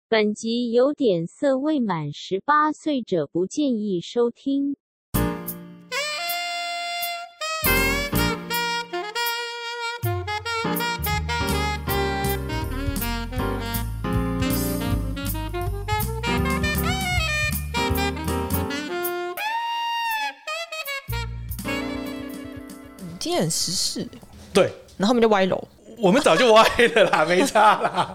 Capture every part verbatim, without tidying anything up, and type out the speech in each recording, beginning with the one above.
本集有点色，未满十八岁者不建议收听。 今天很时事， 对， 然后他们就歪楼， 我们早就歪了啦，没差啦。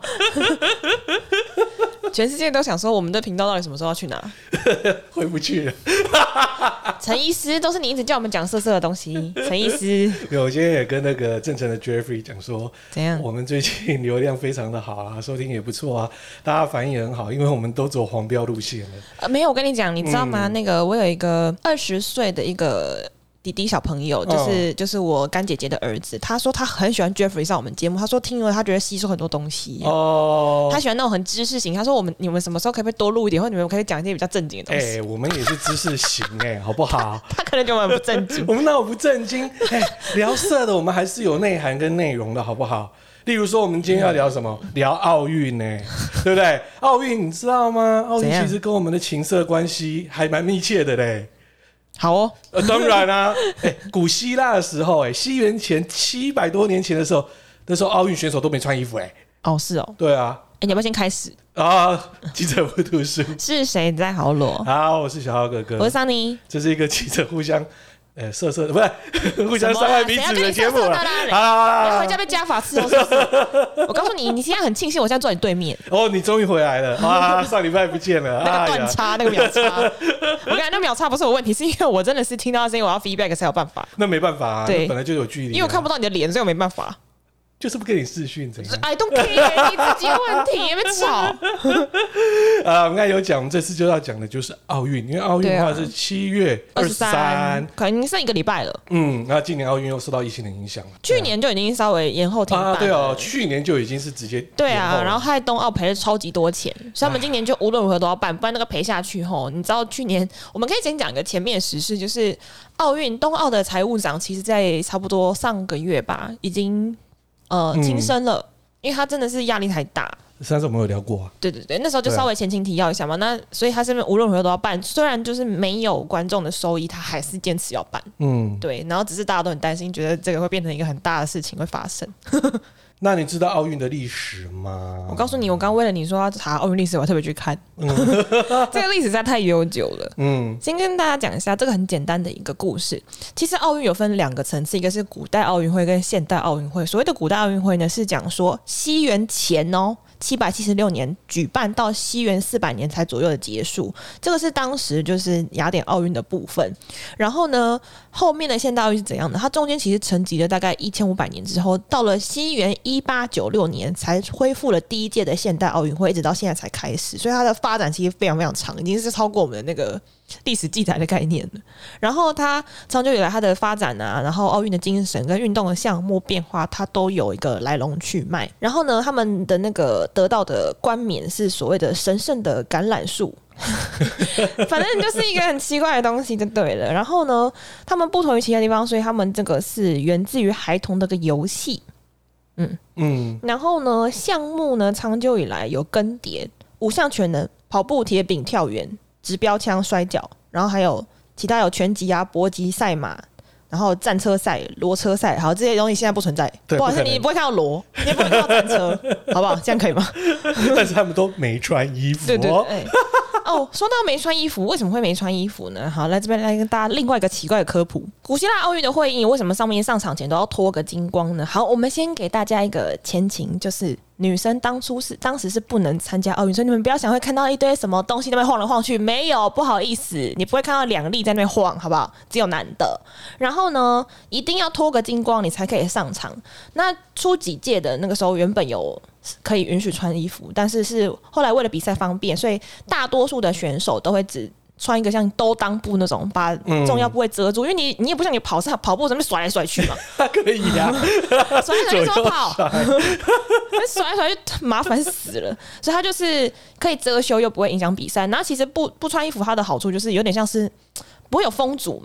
全世界都想说我们的频道到底什么时候要去哪？ 回不去了。 陈医师，都是你一直叫我们讲色色的东西。陈医师， 没有，我今天也跟那个正成的 Jeffrey 讲说， 怎样？ 我们最近流量非常的好啊，收听也不错啊，大家反应也很好，因为我们都走黄标路线了。 呃，没有，我跟你讲，你知道吗？ 嗯、 那个我有一个二十岁的一个弟弟小朋友，就是、哦、就是我干姐姐的儿子，他说他很喜欢 Jeffrey 上我们节目，他说听了他觉得吸收很多东西哦，他喜欢那种很知识型，他说我们你们什么时候可不可以多录一点，或者你们可以讲一些比较正经的东西。 哎、欸，我们也是知识型哎、欸，好不好？ 他, 他可能觉得我们不正经， 我们哪有不正经？哎、欸，聊色的我们还是有内涵跟内容的，好不好？例如说，我们今天要聊什么？嗯、聊奥运呢，对不对？奥运你知道吗？奥运其实跟我们的情色关系还蛮密切的嘞。 好哦， 呃，当然啦、啊欸，古希腊的时候、欸，西元前七百多年前的时候，那时候奥运选手都没穿衣服、欸，哎， 哦，是哦， 对啊， 哎、欸，你要不要先开始啊？记者不读书是谁在好裸？ 好，我是小浩哥哥， 我是桑尼， 这是一个记者互相。呃，色色的不是互相伤害彼此的节目了。 好啦，你回家被家法伺候是不是？我告诉你，你现在很庆幸我现在坐你对面。 哦，你终于回来了啊！上礼拜不见了， 那个断差，那个秒差。我跟你讲，那秒差不是我问题，是因为我真的是听到声音，我要 feedback 才有办法。 那没办法啊，对，本来就有距离、啊。 因为我看不到你的脸，所以我没办法。 就是不跟你视讯怎样 ？I don't care， 你自己的问题，有没有吵？ 啊，我们刚才有讲，我们这次就要讲的就是奥运，因为奥运的话是七月二十三， 可能剩一个礼拜了。 嗯，那今年奥运又受到疫情的影响了， 去年就已经稍微延后停办了、 啊。对哦，去年就已经是直接对啊，然后害冬奥赔了超级多钱，所以他们今年就无论如何都要办，不然那个赔下去吼，你知道去年我们可以先讲一个前面的时事，就是奥运冬奥的财务长，其实在差不多上个月吧，已经。呃，轻生了、嗯，因为他真的是压力太大。 上次我们有聊过啊。 对对对，那时候就稍微前情提要一下嘛。那所以他这边无论如何都要办，虽然就是没有观众的收益，他还是坚持要办。嗯，对。然后只是大家都很担心，觉得这个会变成一个很大的事情会发生。 那你知道奥运的历史吗？ 我告诉你，我刚为了你说要查奥运历史，我特别去看。嗯、这个历史实在太悠久了。嗯，先跟大家讲一下这个很简单的一个故事。其实奥运有分两个层次，一个是古代奥运会跟现代奥运会。所谓的古代奥运会呢，是讲说西元前哦。七百七十六年举办到西元四百年才左右的结束，这个是当时就是雅典奥运的部分。然后呢，后面的现代奥运是怎样的？它中间其实沉寂了大概一千五百年之后，到了西元一八九六年才恢复了第一届的现代奥运会，一直到现在才开始。所以它的发展其实非常非常长，已经是超过我们的那个历史记载的概念了。然后它长久以来它的发展啊，然后奥运的精神跟运动的项目变化，它都有一个来龙去脉。然后呢，他们的那个得到的冠冕是所谓的神圣的橄榄树。反正就是一个很奇怪的东西就对了。然后呢，他们不同于其他地方，所以他们这个是源自于孩童的个游戏。嗯嗯。然后呢，项目呢长久以来有更迭，五项全能、跑步、铁饼、跳远、直标枪、摔跤，然后还有其他有拳击啊、搏击、赛马。然后战车赛、骡车赛，好，这些东西现在不存在。不好意思，你不会看到骡，你也不会看到战车，好不好？这样可以吗？ 但是他们都没穿衣服、哦。 对对对。哦，说到没穿衣服，为什么会没穿衣服呢？好，来这边来跟大家另外一个奇怪的科普：古希腊奥运的会议为什么上面上场前都要脱个精光呢？好，我们先给大家一个前情，就是女生当初是当时是不能参加奥运，所以你们不要想会看到一堆什么东西在那边晃来晃去，没有，不好意思，你不会看到两粒在那边晃，好不好？只有男的。然后呢，一定要脱个精光，你才可以上场。那初几届的那个时候，原本有可以允许穿衣服，但是是后来为了比赛方便，所以大多数的选手都会只穿一个像兜裆布那种，把重要部位遮住，嗯、因为你你也不像你跑上跑步怎么甩来甩去嘛， 可以啊， 甩来甩去怎么跑？甩来甩去麻烦死了，所以它就是可以遮羞又不会影响比赛。然后其实不不穿衣服，它的好处就是有点像是不会有风阻嘛。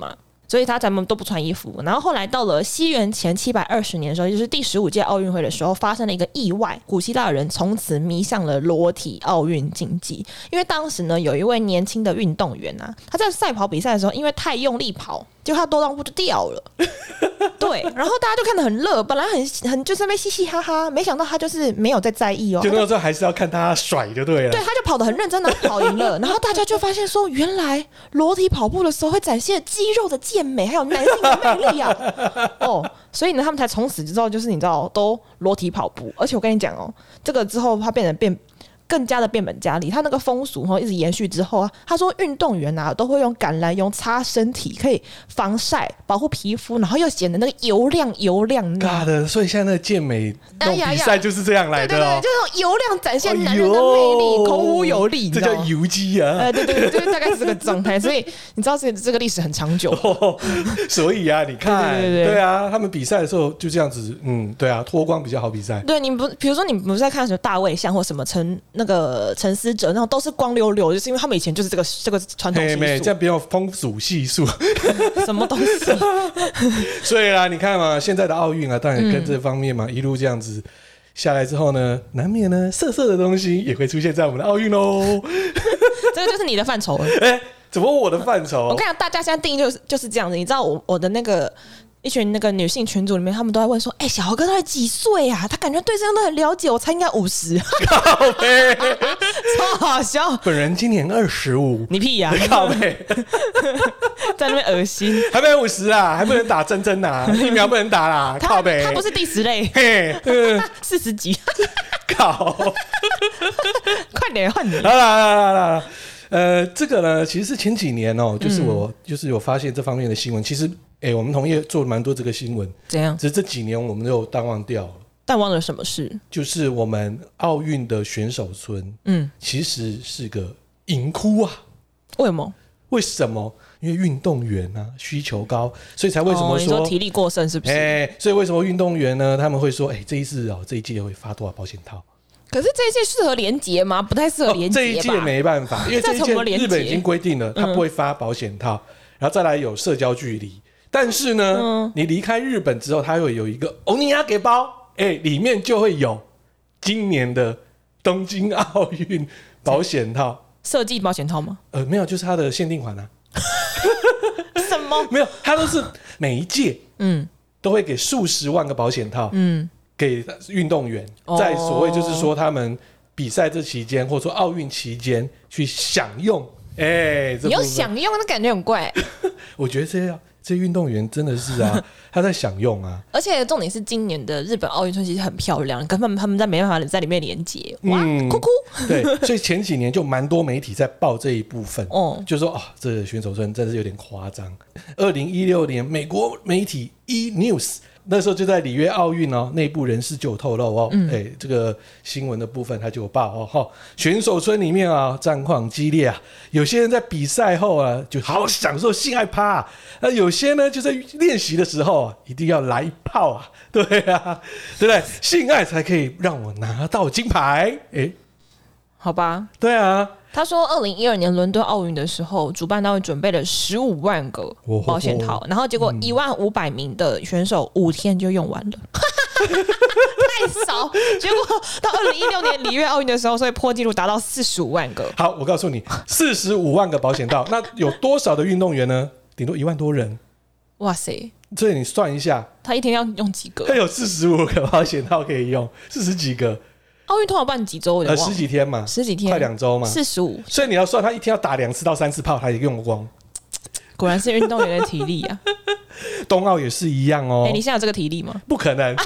所以他咱们都不穿衣服。然后后来到了西元前七百二十年的时候，就是第十五届奥运会的时候，发生了一个意外，古希腊人从此迷上了裸体奥运竞技。因为当时呢，有一位年轻的运动员啊，他在赛跑比赛的时候，因为太用力跑，结果他多裆部就掉了。对，然后大家就看得很乐，本来很很就在那边嘻嘻哈哈，没想到他就是没有在在意哦， 就那时候还是要看他甩就对了。 对，他就跑得很认真的跑赢了，然后大家就发现说，原来裸体跑步的时候会展现肌肉的健美，还有男性的魅力啊！哦，所以呢，他们才从此之后就是你知道都裸体跑步，而且我跟你讲哦，这个之后他变成变。更加的变本加厉，他那个风俗一直延续之后啊，他说运动员啊都会用橄榄油擦身体，可以防晒、保护皮肤，然后又显得那个油亮油亮。 God 的，所以现在那个健美那种比赛就是这样来的哦， 对对对，就那种油亮展现男人的魅力，孔武有力， 这叫油肌啊！ 呃，对对对，就是大概是这个状态。所以你知道这个这个历史很长久， 哦，所以啊，你看， 对对对对啊，他们比赛的时候就这样子，嗯，对啊，脱光比较好比赛。 对，你不，比如说你不是在看什么大卫像或什么陈。那个陈思哲那种都是光溜溜，就是因为他们以前就是这个这个传统习俗， 这样不要风俗系数， 什么东西？ 所以啦，你看嘛，现在的奥运啊，当然跟这方面嘛、嗯，一路这样子下来之后呢，难免呢色色的东西也会出现在我们的奥运喽。 这个就是你的范畴了。 哎、欸，怎么我的范畴？ 我跟你讲，大家现在定义就是就是这样子。你知道我我的那个。一群那个女性群组里面，他们都在问说：“哎、欸，小豪哥到底几岁啊？他感觉对这样都很了解，我猜应该五十。”靠北，超好笑。 本人今年二十五， 你屁呀、啊！ 靠北， 在那边恶心， 还没五十啊，还不能打针针啊，疫苗不能打啦，靠北。 他不是第十类，四十几， 靠， 快点换你！ 好啦好啦好啦。呃，这个呢，其实是前几年哦，就是我、嗯、就是有发现这方面的新闻。其实，哎，我们同业做了蛮多这个新闻， 怎样？ 只是这几年我们都有淡忘掉了。 淡忘了什么事？ 就是我们奥运的选手村，嗯，其实是个淫窟啊。 为什么？ 为什么？因为运动员啊需求高，所以才为什么说、哦、 你说体力过剩是不是？ 哎，所以为什么运动员呢？他们会说，哎，这一次哦，这一届会发多少保险套？ 可是这一届适合连结吗？不太适合连结吧、哦、 这一届没办法，因为这一届日本已经规定了，他不会发保险套、嗯，然后再来有社交距离。但是呢，嗯、你离开日本之后，它会有一个欧尼亚给包，哎，里面就会有今年的东京奥运保险套。 设计保险套吗？ 呃，没有，就是它的限定款啊。 什么？ 没有，它都是每一届，嗯，都会给数十万个保险套，嗯。给运动员，在所谓就是说他们比赛这期间，或者说奥运期间去享用，哎、欸， 你要享用，那感觉很怪。 我觉得这些这些运动员真的是啊，他在享用啊。而且重点是今年的日本奥运村其实很漂亮，根本他们在没办法在里面连接，哇，嗯、哭哭。 对，所以前几年就蛮多媒体在报这一部分，哦，就说啊、哦，这个选手村真的是有点夸张。二零一六年，美国媒体 E News。那时候就在里约奥运哦，内部人士就有透露哦，嗯欸、这个新闻的部分他就有报哦，选手村里面啊战况激烈啊，有些人在比赛后啊就好好享受性爱趴、啊，那有些呢就在练习的时候啊一定要来一炮啊，对啊，对不对？性爱才可以让我拿到金牌，哎、欸， 好吧， 对啊。 他说，二零一二年伦敦奥运的时候，主办单位准备了十五万个保险套，哦哦哦然后结果一万五百名的选手五天就用完了，嗯、太少。结果到二零一六年里约奥运的时候，所以破纪录达到四十五万个。 好，我告诉你，四十五万个保险套，那有多少的运动员呢？顶多一万多人。 哇塞！ 所以你算一下， 他一天要用几个？ 他有四十五个保险套可以用，四十几个。 奥运通常办几周？呃， 十几天嘛， 十几天， 快两周嘛， 四十五。 所以你要算，他一天要打两次到三次炮，他也用光。 果然是运动员的体力啊！ 冬奥也是一样哦。 哎、欸，你现在有这个体力吗？ 不可能。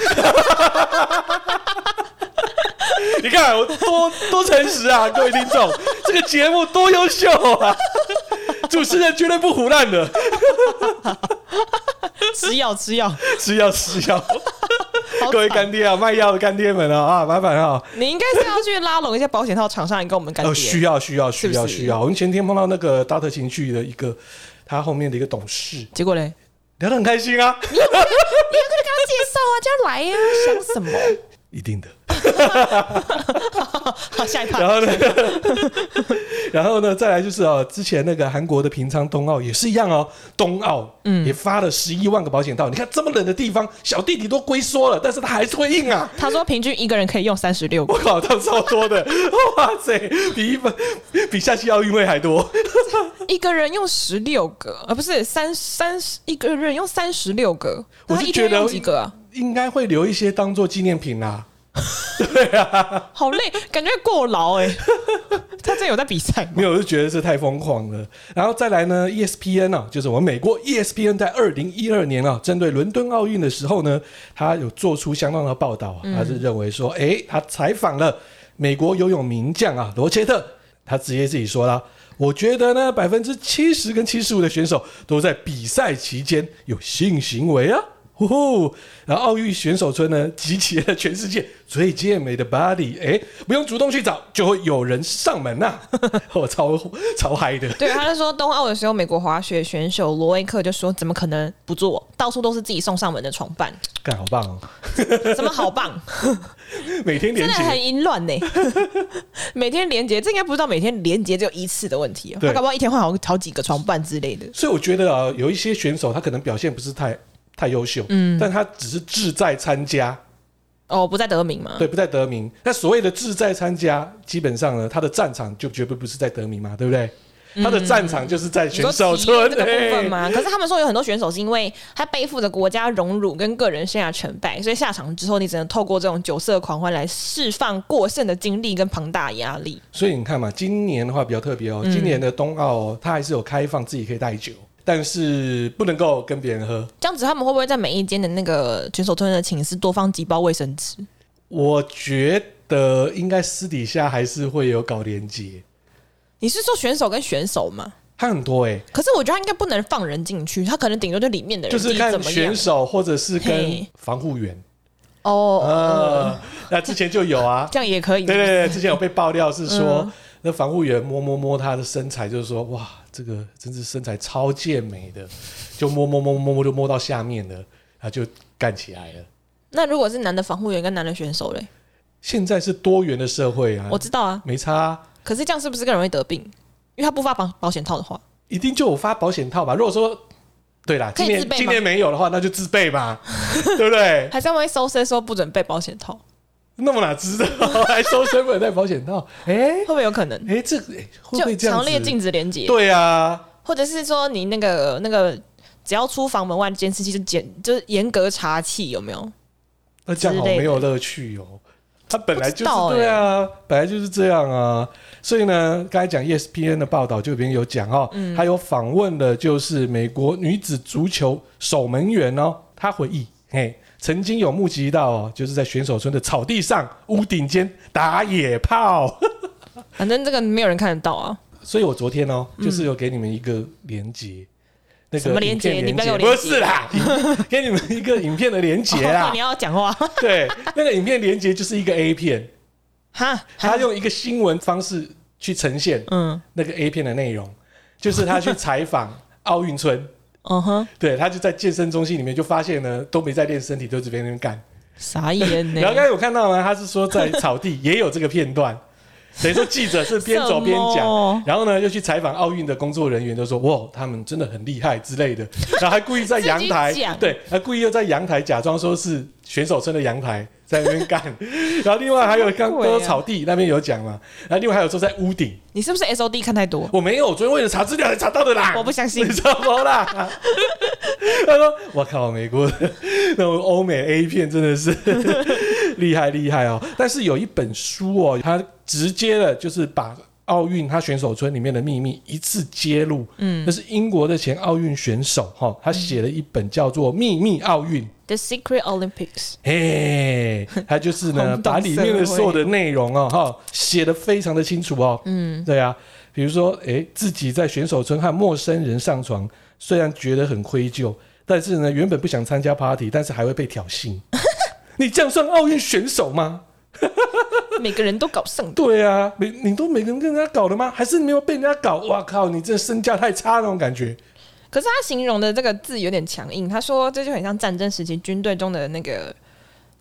你看我多多诚实啊，各位听众，这个节目多优秀啊！主持人绝对不唬烂的。 吃药，吃药， 吃药，吃药。各位干爹啊，卖药的干爹们啊，啊，麻烦啊！ 你应该是要去拉拢一些保险套厂商来跟我们干爹。 呃，需要，需要，需要，需要。我们前天碰到那个大特情趣的一个，他后面的一个董事， 结果嘞， 聊得很开心啊。 你要跟他介绍啊，就要来呀、啊，想什么？ 一定的。 好，下一趴。 然后呢？ 然后呢，再来就是哦，之前那个韩国的平昌冬奥也是一样哦，冬奥嗯也发了十一万个保险套。你看这么冷的地方，小弟弟都龟缩了，但是他还是会硬啊。 他说平均一个人可以用三十六个， 我靠，他超多的，哇塞，比一本比夏季奥运会还多。 一个人用十六个，而、呃、不是三三一个人用三十六个。 我是觉得用几个啊？ 应该会留一些当做纪念品啦。对啊， 好累，感觉过劳哎、欸。他真有在比赛吗？ 没有，我就觉得这太疯狂了。然后再来呢 ，E S P N 啊，就是我们美国 E S P N 在二零一二年啊，针对伦敦奥运的时候呢，他有做出相当的报道、啊嗯、他是认为说，哎，他采访了美国游泳名将啊罗切特，他直接自己说了。我觉得呢，百分之七十跟七十五的选手都在比赛期间有性行为啊。呼呼，然后奥运选手村呢，集齐了全世界最健美的 body， 哎，不用主动去找，就会有人上门呐、啊！我超超嗨的。 对，他就说冬奥的时候，美国滑雪选手罗威克就说，怎么可能不做？到处都是自己送上门的床伴， 干好棒哦！ 什么好棒？ 每天连结真的很淫乱呢。每天连结，这应该不知道每天连结只有一次的问题、哦，他搞不好一天换好好几个床伴之类的。 所以我觉得啊，有一些选手他可能表现不是太。太优秀，嗯，但他只是志在参加， 哦，不再得名嘛？ 对，不再得名。那所谓的志在参加，基本上呢，他的战场就绝对不是在得名嘛，对不对？他的战场就是在选手村这个部分嘛。可是他们说有很多选手是因为他背负着国家荣辱跟个人生涯成败，所以下场之后你只能透过这种酒色狂欢来释放过剩的精力跟庞大压力。 所以你看嘛，今年的话比较特别哦，今年的冬奥、哦、他还是有开放自己可以带酒。但是不能够跟别人喝， 这样子他们会不会在每一间的那个选手村的寝室多放几包卫生纸？ 我觉得应该私底下还是会有搞连结。 你是说选手跟选手吗？ 他很多哎、欸， 可是我觉得他应该不能放人进去，他可能顶多就里面的人就是看选手或者是跟防护员。 哦， 呃，那之前就有啊， 这样也可以。 对对对，之前有被爆料是说。嗯那防护员摸摸摸他的身材，就是说哇，这个真是身材超健美的，就摸摸摸摸摸就摸到下面了，他就干起来了。 那如果是男的防护员跟男的选手嘞？ 现在是多元的社会啊， 我知道啊， 没差、啊。 可是这样是不是更容易得病？因为他不发保保险套的话， 一定就有发保险套吧？如果说对啦，今年今年没有的话，那就自备嘛，对不对？ 还是他们会收身说不准备保险套？ 那么哪知道还收身份带保险套？哎、欸，会不会有可能？ 哎、欸，这个、欸、会不会这样子？ 强烈禁止连结？ 对啊， 或者是说你那个那个，只要出房门外监视器就检就是严格查气，有没有？ 那这样好没有乐趣哦。他本来就是对啊，本来就是这样啊。所以呢，刚才讲 E S P N 的报道就里面有讲哦，嗯、他有访问的就是美国女子足球守门员哦，他回忆嘿。曾经有目击到哦，就是在选手村的草地上、屋顶间打野炮。 反正这个没有人看得到啊。 所以我昨天哦，就是有给你们一个连结，那个什么连结？你不要给我连结，不是啦，给你们一个影片的连结啦。 哦、你要讲话？ 对，那个影片连结就是一个 A 片， 哈， 他用一个新闻方式去呈现，嗯，那个 A 片的内容，就是他去采访奥运村。嗯哼，对，他就在健身中心里面就发现呢，都没在练身体，都只在那边干， 傻眼呢。 然后刚才有看到呢，他是说在草地也有这个片段，等于说记者是边走边讲，然后呢又去采访奥运的工作人员，都说哇，他们真的很厉害之类的，然后还故意在阳台，对，还故意又在阳台假装说是选手村的阳台。在那边干，然后另外还有刚刚草地那边有讲嘛，然后另外还有说在屋顶。 你是不是 S O D 看太多？ 我没有，我昨天为了查资料才查到的啦。 我不相信， 你知道吗啦？他说：“我靠，美国的那种欧美 A 片真的是厉害厉害哦。”但是有一本书哦，它直接的就是把奥运他选手村里面的秘密一次揭露。嗯，那是英国的前奥运选手哈、哦，他写了一本叫做《秘密奥运》。 The Secret Olympics， 嘿，他就是呢，把里面的所有的内容哦，哈，写得非常的清楚哦。嗯，对啊，比如说，哎，自己在选手村和陌生人上床，虽然觉得很愧疚，但是呢，原本不想参加 party， 但是还会被挑衅。你这样算奥运选手吗？ 每个人都搞上， 对啊，你你都每个人跟人家搞的吗？还是你没有被人家搞？哇靠，你这身价太差那种感觉。 可是他形容的这个字有点强硬，他说这就很像战争时期军队中的那个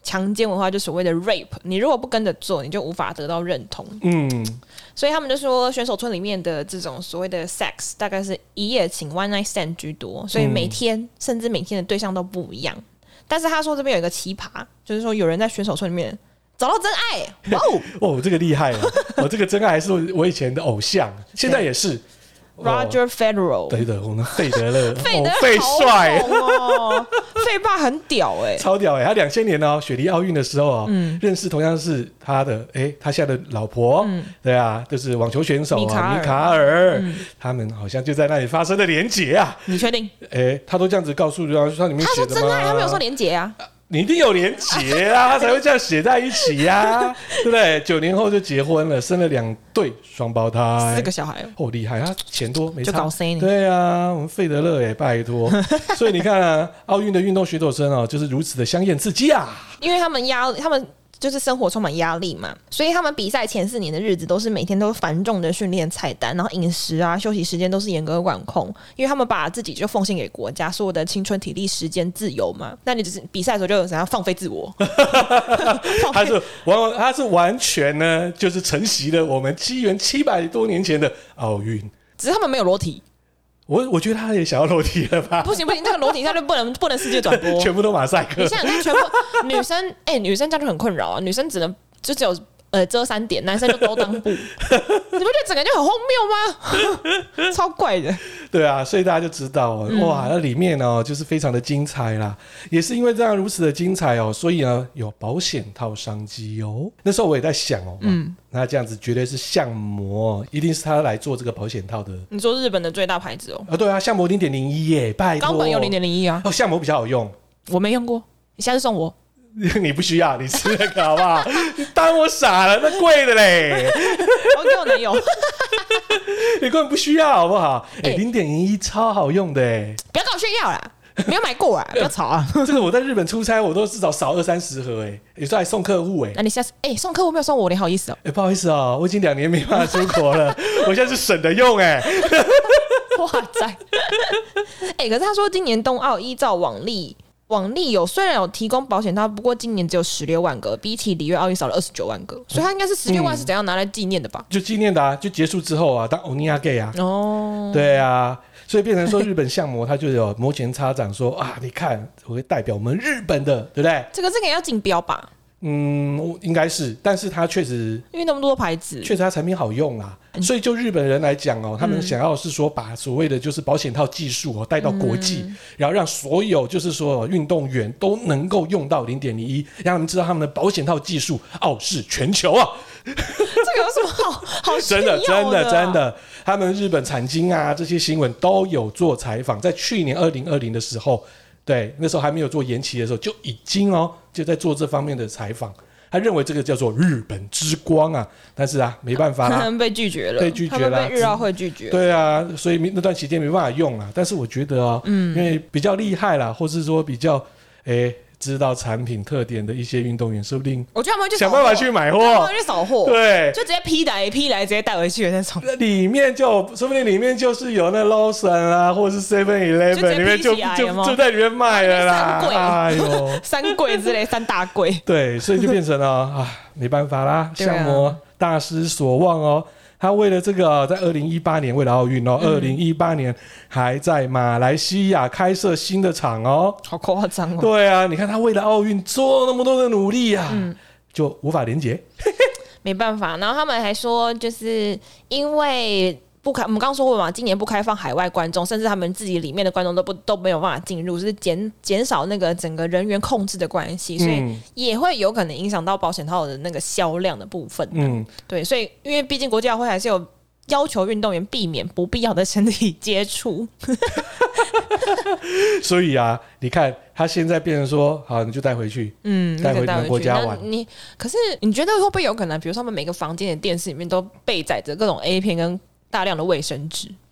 强奸文化，就所谓的 rape， 你如果不跟着做，你就无法得到认同。嗯，所以他们就说选手村里面的这种所谓的 sex 大概是一夜情 one night stand 居多，所以每天、嗯、甚至每天的对象都不一样。但是他说这边有一个奇葩，就是说有人在选手村里面找到真爱，哇哦， 哦，这个厉害了！哦，这个真爱是我以前的偶像，现在也是。 Roger Federer， 对的，我们费德勒， 费德费帅哦，费爸很屌哎、欸， 超屌哎、欸！他两千年哦，雪梨奥运的时候哦、嗯，认识同样是他的哎、欸，他现在的老婆，嗯、对啊，就是网球选手啊，米卡尔，米卡尔嗯、他们好像就在那里发生了连结啊。 你确定？ 哎、欸，他都这样子告诉，然后他里面写的吗？ 他说真爱，他没有说连结啊。 你一定有连结啊，他才会这样写在一起啊，对不对？九年后就结婚了，生了两对双胞胎， 四个小孩哦，厉害！他钱多没差， 就搞 C 呢。 对啊，我们费德勒哎，拜托。所以你看啊，奥运的运动选手生哦，就是如此的香艳刺激啊。 因为他们压，他们就是生活充满压力嘛，所以他们比赛前四年的日子都是每天都繁重的训练菜单，然后饮食啊、休息时间都是严格管控，因为他们把自己就奉献给国家，所有的青春、体力、时间、自由嘛。那你只是比赛的时候就想要放飞自我， 他是完，他是完全呢，就是承袭了我们西元七百多年前的奥运， 只是他们没有裸体。 我我觉得他也想要裸体了吧？ 不行不行，那个裸体他就不能不能世界转播， 全部都马赛克。 你想想看，全部女生哎、欸，女生这样就很困扰啊，女生只能就只有呃遮三点，男生就都裆部，你不觉得整个就很荒谬吗？超怪的。 对啊，所以大家就知道、哦嗯、哇，那里面哦就是非常的精彩啦。也是因为这样如此的精彩哦，所以呢有保险套商机哦。那时候我也在想哦，嗯，那这样子绝对是相模，一定是他来做这个保险套的。 你说日本的最大牌子哦？ 啊，对啊，相模零点零一耶，拜托。 冈本有零点零一啊。 哦，相模比较好用， 我没用过，你下次送我。 你不需要，你吃那个好不好？你当我傻了，那贵的嘞。 我给我男友。 你根本不需要，好不好？哎、欸，零点零一超好用的哎！ 不要跟我炫耀啦，没有买过啊，不要吵啊！ 这个我在日本出差，我都至少少二三十盒哎，有时候还送客户哎。 那、啊、你下次哎、欸、送客户没有送我，你好意思哦？ 哎、欸，不好意思哦，我已经两年没办法出国了，我现在是省着用哎。 哇塞！哎、欸，可是他说今年冬奥依照往例。往例有虽然有提供保险套，不过今年只有十六万个，比起里约奥运少了二十九万个，所以他应该是十六万是怎样拿来纪念的吧？ 就纪念的啊，就结束之后啊，当欧尼亚给啊。哦，对啊，所以变成说日本相模他就有摩拳擦掌说啊，你看我会代表我们日本的，对不对？ 这个这个要竞标吧？ 嗯，应该是，但是他确实因为那么多牌子， 确实他产品好用啦，嗯、所以就日本人来讲哦，他们想要是说把所谓的就是保险套技术哦带到国际，嗯、然后让所有就是说运动员都能够用到零点零一，让他们知道他们的保险套技术傲视全球啊！ 这个有什么好好真的真的真的，他们日本产经啊这些新闻都有做采访，在去年二零二零的时候。对，那时候还没有做延期的时候，就已经哦就在做这方面的采访。他认为这个叫做日本之光啊，但是啊没办法啦， 他们被拒绝了， 被拒绝了， 他们被日奥会拒绝。 对啊，所以那段期间没办法用啦。但是我觉得哦，嗯，因为比较厉害啦，或是说比较诶。知道产品特点的一些运动员，说不定我觉得他们会去想办法去买货， 他们会去扫货， 对， 就直接批来批来，直接带回去的那种。 里面就说不定里面就是有那 Lawson 啦，或者是 Seven Eleven 里面就就就在里面卖了啦。 三柜， 哎呦， 三柜之类，三大柜。 对，所以就变成了啊，没办法啦，相模大失所望哦。他为了这个，在二零一八年为了奥运哦，二零一八年还在马来西亚开设新的厂哦， 好夸张哦！ 对啊，你看他为了奥运做那么多的努力啊，嗯、就无法连结， 没办法。然后他们还说，就是因为不开，我们刚刚说过嘛，今年不开放海外观众，甚至他们自己里面的观众都不都没有办法进入，是减减少那个整个人员控制的关系，所以也会有可能影响到保险套的那个销量的部分。嗯，对，所以因为毕竟国际奥会还是有要求运动员避免不必要的身体接触。 所以啊，你看他现在变成说，好，你就带回去，嗯，带回你们国家玩。 你可是你觉得会不会有可能，比如说他们每个房间的电视里面都备载着各种 A 片跟大量的卫生纸？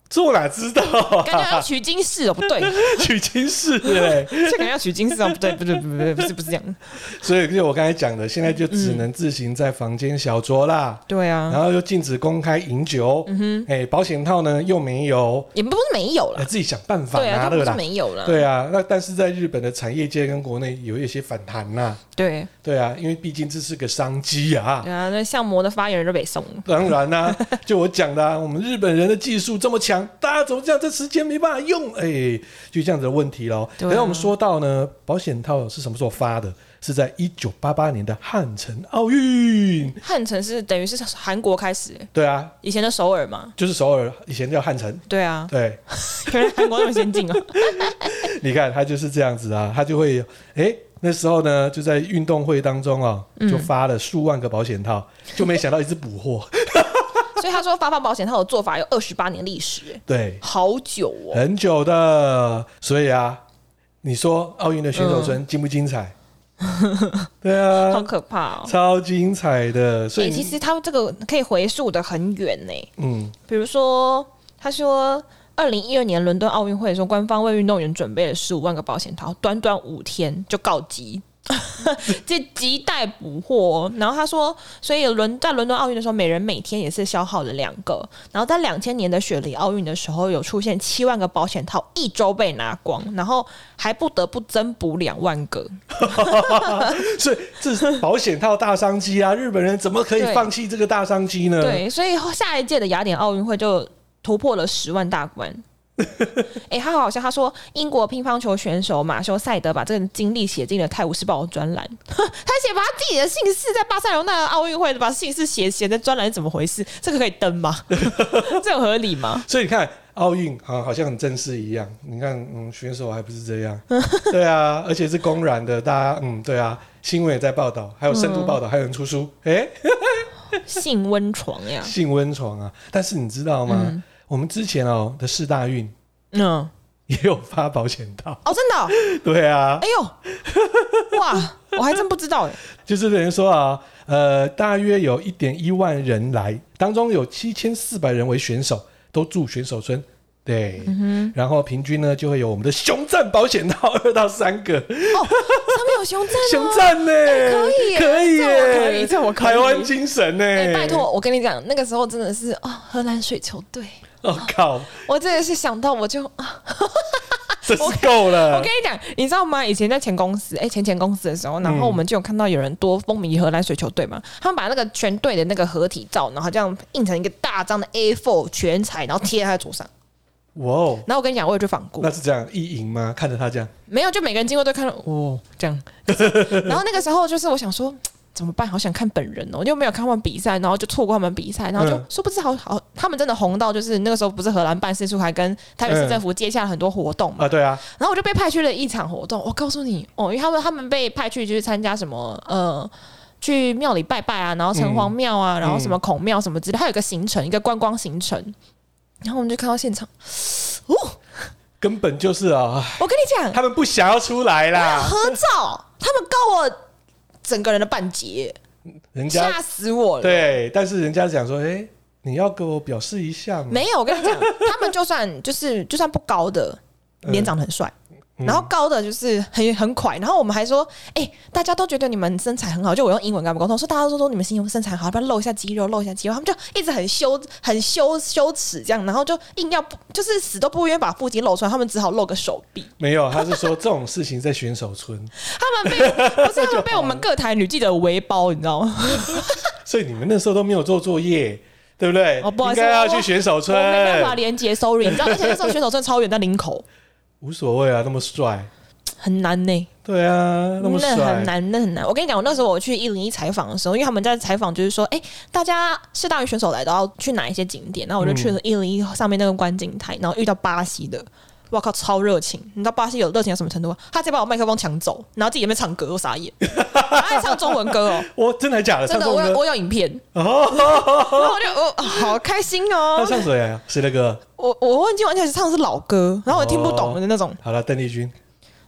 这我哪知道、啊？ 感觉要取经士哦，不对， 取经士哎， 这感觉要取经士哦，不对，不对，不对，不是，不是这样。 所以就我刚才讲的，现在就只能自行在房间小酌啦。 嗯、对啊， 然后又禁止公开饮酒。嗯哼，哎、欸，保险套呢又没有， 也不是没有了、 欸，自己想办法拿的啦。对啊，不是没有了。 对啊，那但是在日本的产业界跟国内有一些反弹呐。 对对啊，因为毕竟这是个商机啊。 对啊，那相模的发言人就被送。 当然啦、啊，就我讲的、啊，我们日本人的技术这么强，大家怎么这样？这时间没办法用，哎、欸，就这样子的问题咯。等下、啊、我们说到呢，保险套是什么时候发的？是在一九八八年的汉城奥运。 汉城是等于是韩国开始， 对啊， 以前的首尔嘛， 就是首尔，以前叫汉城。 对啊， 对， 原来韩国那么先进哦。 你看，他就是这样子啊，他就会，哎、欸，那时候呢，就在运动会当中啊，就发了数万个保险套，嗯、就没想到一直补货。 所以他说发放保险套的做法有二十八年历史， 对， 好久哦， 很久的。所以啊，你说奥运的选手村精不精彩？嗯、对啊， 好可怕哦， 超精彩的。所以、 欸、其实他这个可以回溯的很远呢。 嗯， 比如说他说二零一二年伦敦奥运会的时候，官方为运动员准备了十五万个保险套，短短五天就告急。这亟待补货，然后他说，所以伦在伦敦奥运的时候，每人每天也是消耗了两个。然后在两千年的雪梨奥运的时候，有出现七万个保险套一周被拿光，然后还不得不增补两万个。 所以这是保险套大商机啊！日本人怎么可以放弃这个大商机呢？ 对，所以下一届的雅典奥运会就突破了十万大关。哎、欸，他好像他说英国乒乓球选手马修赛德把这个经历写进了《泰晤士报》的专栏，他写把他自己的姓氏在巴塞罗那奥运会把姓氏写写在专栏是怎么回事？这个可以登吗？这有合理吗？ 所以你看奥运啊，好像很正式一样。你看，嗯，选手还不是这样，对啊，而且是公然的，大家嗯，对啊，新闻也在报道，还有深度报道，嗯、还有人出书，哎、欸， 性温床呀， 性温床啊！但是你知道吗？嗯我们之前哦的世大运，嗯，也有发保险套哦，真的、哦？ 对啊， 哎呦，哇，我还真不知道哎。 就是等于说啊，呃，大约有一点一万人来，当中有七千四百人为选手，都住选手村。对、嗯，然后平均呢就会有我们的熊赞保险套二到三个哦， 上面有熊赞、哦， 熊赞呢、欸， 可以耶， 可以耶， 这我可以，这我可以， 台湾精神呢、欸欸，拜托，我跟你讲，那个时候真的是啊、哦，荷兰水球队， 我、哦、靠， 我真的是想到我就啊。 这是够了。 我跟你讲，你知道吗？以前在前公司，哎、欸，前前公司的时候，然后我们就有看到有人多风靡荷兰水球队嘛，他们把那个全队的那个合体照，然后这样印成一个大张的 A 四 全彩，然后贴在他的桌上。哇哦！然后我跟你讲，我也去访过。 那是这样意淫吗？看着他这样？ 没有，就每个人经过都看到哦，这样。然后那个时候就是我想说。怎么办？好想看本人哦，又没有看他们比赛，然后就错过他们比赛，然后就殊不知好好，他们真的红到就是那个时候不是荷兰办事处还跟台北市政府接下了很多活动嘛、 嗯、啊，对啊， 然后我就被派去了一场活动，我告诉你哦，因为他们他们被派去就是参加什么呃，去庙里拜拜啊，然后城隍庙啊、嗯，然后什么孔庙什么之类，还有一个行程，一个观光行程，然后我们就看到现场，哦， 根本就是啊、哦， 我跟你讲， 他们不想要出来啦， 合照，他们告我。整个人的半截， 人家吓死我了。 对，但是人家讲说，哎、欸，你要给我表示一下嘛。 没有，我跟你讲，他们就算就是就算不高的，脸长得很帅、嗯，然后高的就是很很快。然后我们还说，哎、欸，大家都觉得你们身材很好，就我用英文跟他们沟通，说大家都说你们身材好，要不要露一下肌肉，露一下肌肉。他们就一直很羞很羞羞耻这样，然后就硬要就是死都不愿意把腹肌露出来，他们只好露个手臂。 没有，他是说这种事情在选手村， 他们被不是他们被我们各台女记者围包，你知道吗？ 所以你们那时候都没有做作业，对不对？ 哦，不好意思， 应该要去选手村， 我, 我没办法连接 ，sorry。你知道，而且那时候选手村超远，在林口， 无所谓啊，那么帅， 很难呢、欸。 对啊，那么帅， 那很难，那很难。我跟你讲，我那时候我去一零一采访的时候，因为他们在采访，就是说，哎、欸，大家世大运选手来都要去哪一些景点？然后我就去了一零一上面那个观景台，然后遇到巴西的。哇靠，超热情！你知道巴西有热情到什么程度吗？他直接把我麦克风抢走，然后自己在那边唱歌，我傻眼。他还唱中文歌哦， 我真的假的？ 真的，我有我有影片。哦，然后我就我好开心哦。 他唱谁啊？谁的歌？ 我我忘记完全是唱的是老歌，然后我听不懂的那种。 哦、好了，邓丽君。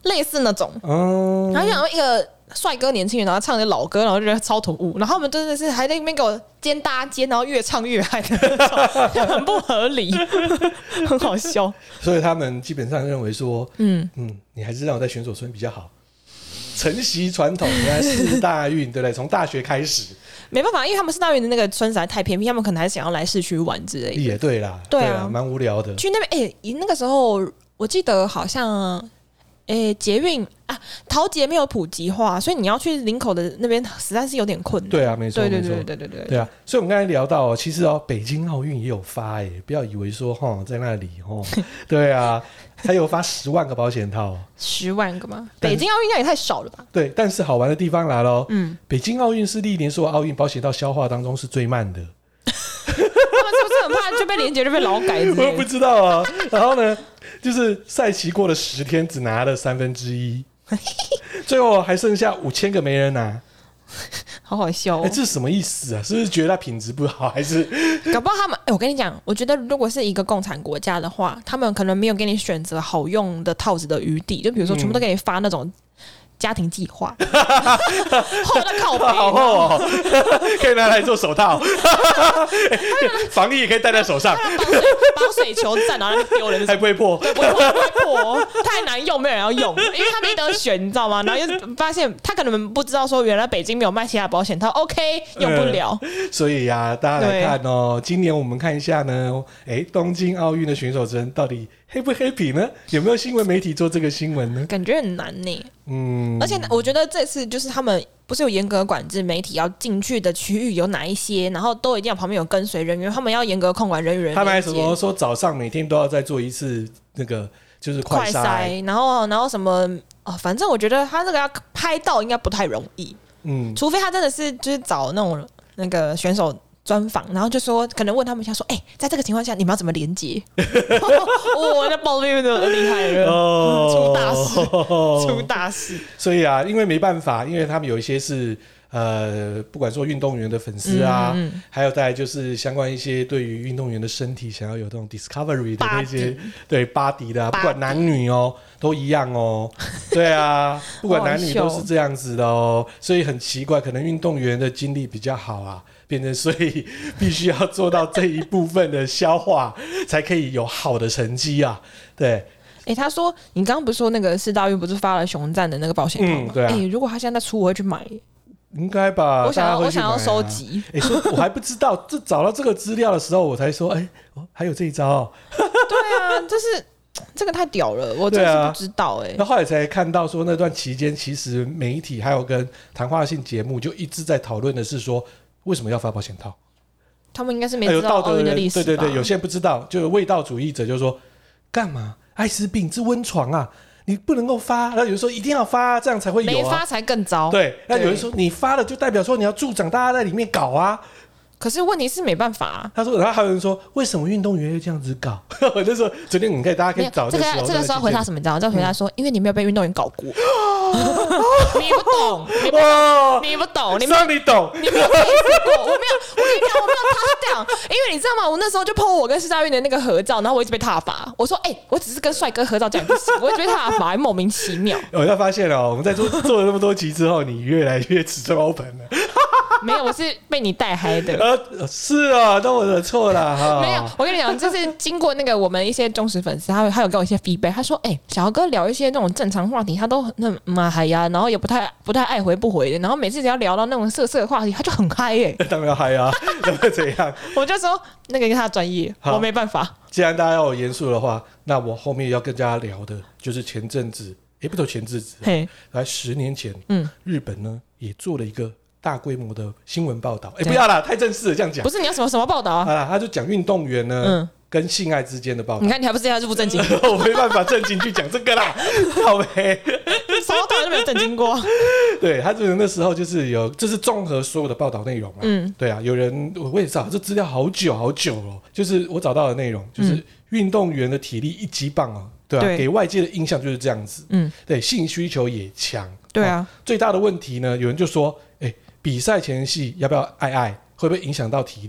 类似那种。嗯，然后就想一个帅哥年轻人，然后唱的老歌，然后就觉得超突兀。然后他们真的是还在那边给我肩搭肩，然后越唱越嗨的那种，很不合理，很好笑。 所以他们基本上认为说，嗯嗯，你还是让我在选手村比较好。承袭传统，你看四大运对不对？从大学开始， 没办法，因为他们四大运的那个村实在太偏僻，他们可能还是想要来市区玩之类的。 也对啦，对啊，蛮无聊的。 去那边，哎、欸，那个时候我记得好像，哎、欸，捷运啊，桃捷没有普及化，所以你要去林口的那边实在是有点困难。 对啊，没错， 对对对对对对对对啊。所以我们刚才聊到、哦，其实哦，北京奥运也有发哎、欸，不要以为说哈在那里哈，对啊。还有发十万个保险套、哦， 十万个吗？北京奥运应该也太少了吧？ 对，但是好玩的地方来了，嗯，北京奥运是历年所有奥运保险套消化当中是最慢的。 他们是不是很怕就被连结就被劳改？ 我不知道啊。然后呢，就是赛期过了十天，只拿了三分之一，最后还剩下五千个没人拿。 好好笑哦！ 哎、欸，这是什么意思啊？是不是觉得它品质不好，还是搞不好他们？哎、欸，我跟你讲，我觉得如果是一个共产国家的话，他们可能没有给你选择好用的套子的余地，就比如说全部都给你发那种家庭计划，厚的靠背， 好厚哦，可以拿来做手套，防疫也可以戴在手上， 绑水绑水球站，然后那丢人， 还不会破， 对，不会破，不会破，太难用，没有人要用，因为他没得选，你知道吗？然后又发现他可能不知道说，原来北京没有卖其他保险套 ，OK， 用不了。 嗯、所以呀、啊，大家来看哦，今年我们看一下呢，哎，东京奥运的选手证到底黑不黑皮呢？有没有新闻媒体做这个新闻呢？ 感觉很难呢。 嗯， 而且我觉得这次就是他们不是有严格管制媒体要进去的区域有哪一些，然后都一定要旁边有跟随人员，他们要严格控管人与人。 他们还什么说早上每天都要再做一次那个就是快筛， 然后然后什么哦，反正我觉得他这个要拍到应该不太容易，嗯，除非他真的是就是找那种那个选手专访，然后就说可能问他们一下说，哎、欸，在这个情况下你们要怎么连接？哇，那报队的厉害了，哦、出大事，出大事。 所以啊，因为没办法，因为他们有一些是呃，不管说运动员的粉丝啊，嗯嗯还有再来就是相关一些对于运动员的身体想要有这种 discovery 的那些对 body 的、啊，不管男女哦都一样哦，对啊，不管男女都是这样子的哦，所以很奇怪，可能运动员的精力比较好啊。变成所以必须要做到这一部分的消化，才可以有好的成绩啊！对， 哎、欸，他说你刚刚不是说那个世大运不是发了熊赞的那个保险套吗？哎、嗯啊欸，如果他现在出，我会去买。 应该吧？ 我想要， 啊、 我想要收集。 哎、欸，说我还不知道，这找到这个资料的时候，我才说，哎、欸，还有这一招、哦。 对啊，就是这个太屌了，我真是不知道哎、欸。 那、啊、后来才看到说，那段期间其实媒体还有跟谈话性节目就一直在讨论的是说。为什么要发保险套？ 他们应该是没知道奥运的历史吧？ 对对对，有些人不知道，就有卫道主义者就说：干嘛？艾滋病是温床啊，你不能够发。然后有人说一定要发，这样才会有、啊， 没发才更糟。 对，那有人说你发了就代表说你要助长大家在里面搞啊。 可是问题是没办法、啊。 他说，然后还有人说，为什么运动员会这样子搞？我就说，昨天你可以，大家可以找这个这个时候回答什么？你知道？就回答说，嗯、因为你没有被运动员搞过，你不懂，你不懂，你不懂，你让你懂， 你没有 taste 过，我没有，我跟你讲，我没有 touch down， 因为你知道吗？我那时候就 po 我跟世大运的那个合照，然后我一直被挞伐。我说，哎、欸，我只是跟帅哥合照这样不行，我一直被挞伐，莫名其妙。 我要发现了，我们在做做了那么多集之后，你越来越尺寸 open 了。 没有，我是被你带嗨的。 呃，是啊，都我的错啦哈。 没有，我跟你讲，就是经过那个我们一些忠实粉丝，他他有给我一些 feedback， 他说：“哎、欸，小豪哥聊一些那种正常话题，他都那妈嗨呀，然后也不太不太爱回不回的，然后每次只要聊到那种色色的话题，他就很嗨耶、欸。” 当然嗨啊，那会怎样？ 我就说那个是他的专业，我没办法。 既然大家要有严肃的话，那我后面要跟大家聊的就是前阵子，也、欸、不都前阵子，嘿，来十年前，嗯，日本呢也做了一个。大规模的新闻报道，哎、欸，不要啦，太正式了，这样讲。 不是你要什么什么报道啊？ 啊，他就讲运动员呢、嗯、跟性爱之间的报道。 你看，你还不是要入正经？ 我没办法正经去讲这个啦，好呗。 什么报道都没有正经过。 对，他就是那时候就是有，这是综合所有的报道内容嘛。嗯，对啊，有人我也找这资料好久好久了，就是我找到的内容，就是运动员的体力一级棒哦。对啊，对，给外界的印象就是这样子。嗯，对，性需求也强。 对啊、 哦，最大的问题呢，有人就说，哎、欸，比赛前夕要不要爱爱，会不会影响到体力？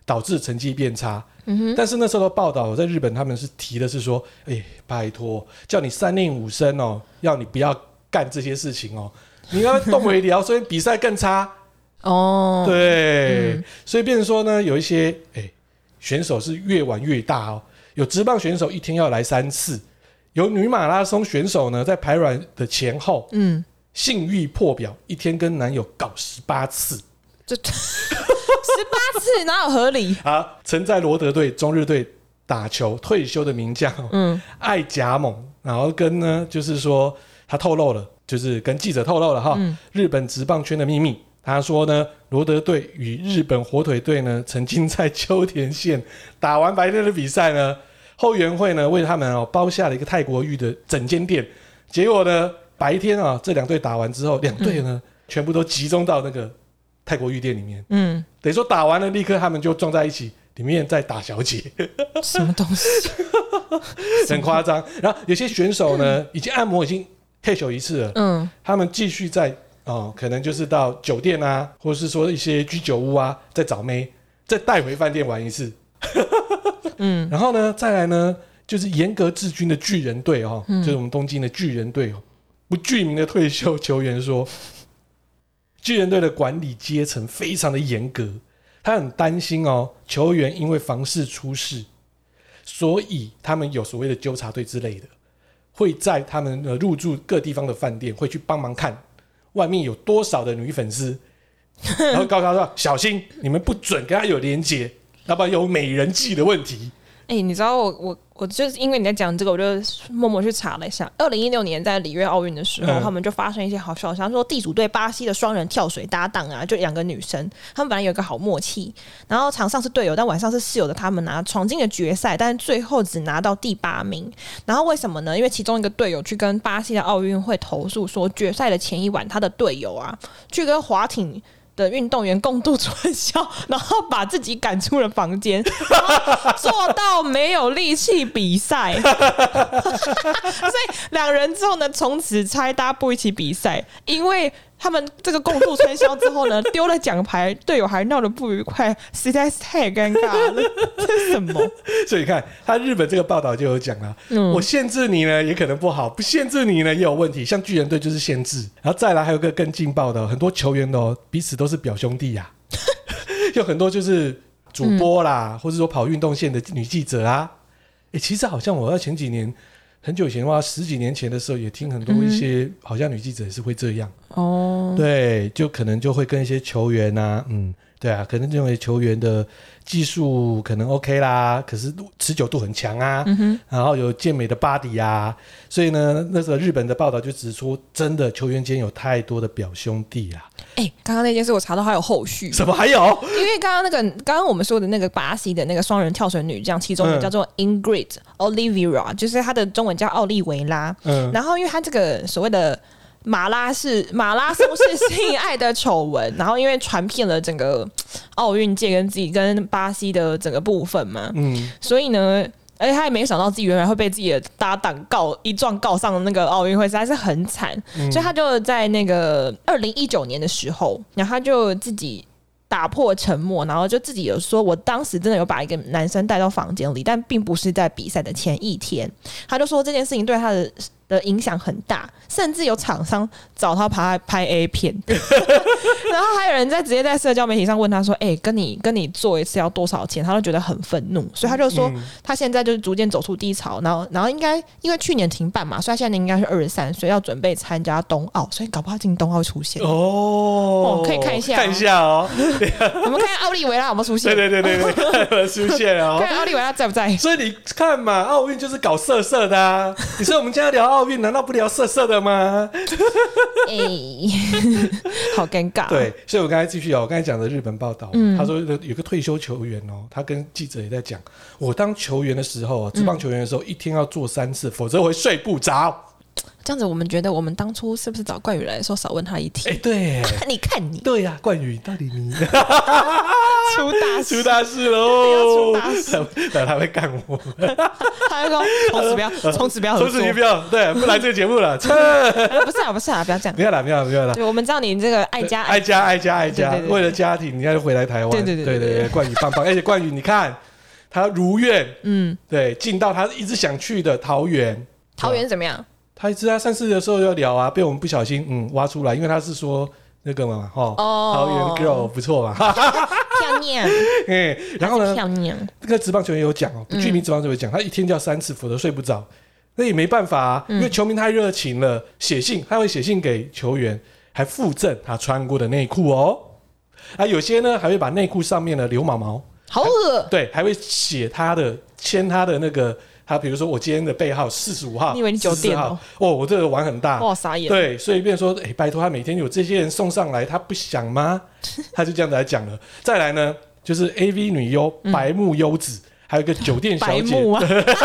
导致成绩变差。嗯、但是那时候的报道在日本他们是提的是说，哎，拜托叫你三令五申哦，要你不要干这些事情哦，你要动微疗所以比赛更差哦。对、嗯、所以变成说呢，有一些哎选手是越玩越大哦，有职棒选手一天要来三次，有女马拉松选手呢在排卵的前后嗯性欲破表，一天跟男友搞十八次， 这十八次哪有合理啊？曾在罗德队、中日队打球退休的名将、嗯、艾甲猛，然后跟呢就是说他透露了，就是跟记者透露了哈、嗯，日本职棒圈的秘密。他说呢，罗德队与日本火腿队呢曾经在秋田县打完白天的比赛呢，后援会呢为他们、哦、包下了一个泰国浴的整间店，结果呢白天啊这两队打完之后，两队呢、嗯、全部都集中到那个泰国浴店里面，嗯，等于说打完了立刻他们就撞在一起，里面在打小姐， 什么东西很夸张。然后有些选手呢已经按摩已经退休一次了，嗯，他们继续在哦，可能就是到酒店啊，或者是说一些居酒屋啊，再找妹，再带回饭店玩一次。嗯，然后呢，再来呢，就是严格治军的巨人队哦、嗯，就是我们东京的巨人队哦。不具名的退休球员说，巨人队的管理阶层非常的严格，他很担心哦，球员因为房事出事，所以他们有所谓的纠察队之类的，会在他们入住各地方的饭店，会去帮忙看外面有多少的女粉丝，然后告诉他说：“小心，你们不准跟他有连结，要不然有美人计的问题。” 哎、欸，你知道我我我就是因为你在讲这个，我就默默去查了一下。二零一六年在里约奥运的时候、嗯，他们就发生一些好笑的，像说地主队巴西的双人跳水搭档啊，就两个女生，他们本来有一个好默契，然后场上是队友，但晚上是室友的他们啊，闯进了决赛，但是最后只拿到第八名。然后为什么呢？因为其中一个队友去跟巴西的奥运会投诉说，决赛的前一晚他的队友啊，去跟划艇的运动员共度春宵，然后把自己赶出了房间，然后做到没有力气比赛，所以两人之后呢，从此拆搭不一起比赛，因为他们这个共度春宵之后呢，丢了奖牌，队友还闹得不愉快，实在是太尴尬了。这是什么？ 所以你看，他日本这个报道就有讲了、嗯，我限制你呢也可能不好，不限制你呢也有问题。像巨人队就是限制，然后再来还有一个更劲爆的，很多球员哦彼此都是表兄弟呀、啊，有很多就是主播啦，嗯、或者说跑运动线的女记者啊。哎，其实好像我在前几年。很久以前的话，十几年前的时候，也听很多一些、嗯、好像女记者也是会这样哦，对，就可能就会跟一些球员啊，嗯，对啊，可能认为球员的技术可能 OK 啦，可是持久度很强啊、嗯，然后有健美的 body 啊，所以呢，那时候日本的报道就指出，真的球员间有太多的表兄弟啦。 哎、欸，刚刚那件事我查到还有后续， 什么还有？ 因为刚刚那个，刚刚我们说的那个巴西的那个双人跳水女将，其中一个叫做 Ingrid Oliveira，、嗯、就是她的中文叫奥利维拉。嗯，然后因为她这个所谓的马拉是马拉松式性爱的丑闻，然后因为传遍了整个奥运界跟自己跟巴西的整个部分嘛，嗯，所以呢。而且他也没想到自己原来会被自己的搭档告一状告上那个奥运会，实在是很惨、嗯。所以他就在那个二零一九年的时候，然后他就自己打破沉默，然后就自己有说，我当时真的有把一个男生带到房间里，但并不是在比赛的前一天。他就说这件事情对他的的影响很大，甚至有厂商找他拍拍 A 片，然后还有人在直接在社交媒体上问他说：“哎、欸，跟你跟你做一次要多少钱？”他就觉得很愤怒，所以他就说、嗯、他现在就是逐渐走出低潮，然后然后应该因为去年停办嘛，所以他现在应该是二十三岁，要准备参加冬奥，所以搞不好今年冬奥会出现 哦, 哦，可以看一下、哦， 看一下哦。 我们看奥利维拉有没有出现？ 对对对对对，有出现哦。 看奥利维拉在不在？ 所以你看嘛，奥运就是搞色色的啊。你说我们今天聊奥运，难道不聊色色的吗？ 哎、欸，好尴尬。 对，所以我刚才继续哦，我刚才讲的日本报道、嗯，他说有个退休球员哦，他跟记者也在讲，我当球员的时候，职棒球员的时候，嗯、一天要做三次，否则会睡不着。 这样子我们觉得我们当初是不是找冠宇来的时候少问他一题？ 哎、欸，对， 你看你， 对呀、啊，冠宇到底你出大事， 出大事喽！ 出大事， 他会干我， 他会说从此不要，从此不要合作， 从此不要，对，不来这个节目了。 不是啊，不是啊，不要这样， 不要啦，不要啦，不要啦。 对，我们知道你这个爱家爱家爱家爱家，为了家庭，你要回来台湾。 对对对对对对，冠宇棒棒，而且冠宇，你看他如愿，嗯，对，进到他一直想去的桃园。 桃园怎么样？ 他一直在上次的时候要聊啊，被我们不小心嗯挖出来，因为他是说那个嘛，哦，桃园 girl 不错嘛， 漂亮。 哎，然后呢， 漂亮。 这个职棒球员有讲哦，居民职棒球员有讲，他一天就要三次，否则睡不着。那也没办法啊，因为球迷太热情了，写信他会写信给球员，还附赠他穿过的内裤哦。啊，有些呢还会把内裤上面的留毛毛， 好恶。 对，还会写他的签他的那个。他比如说我今天的背号四十五号， 你以为你酒店哦？ 哦，我这个玩很大， 哇，傻眼。 对，所以变成说，哎、欸，拜托他每天有这些人送上来，他不想吗？他就这样子来讲了。再来呢，就是 A V 女优白木优子，嗯、还有一个酒店小姐。 白木啊？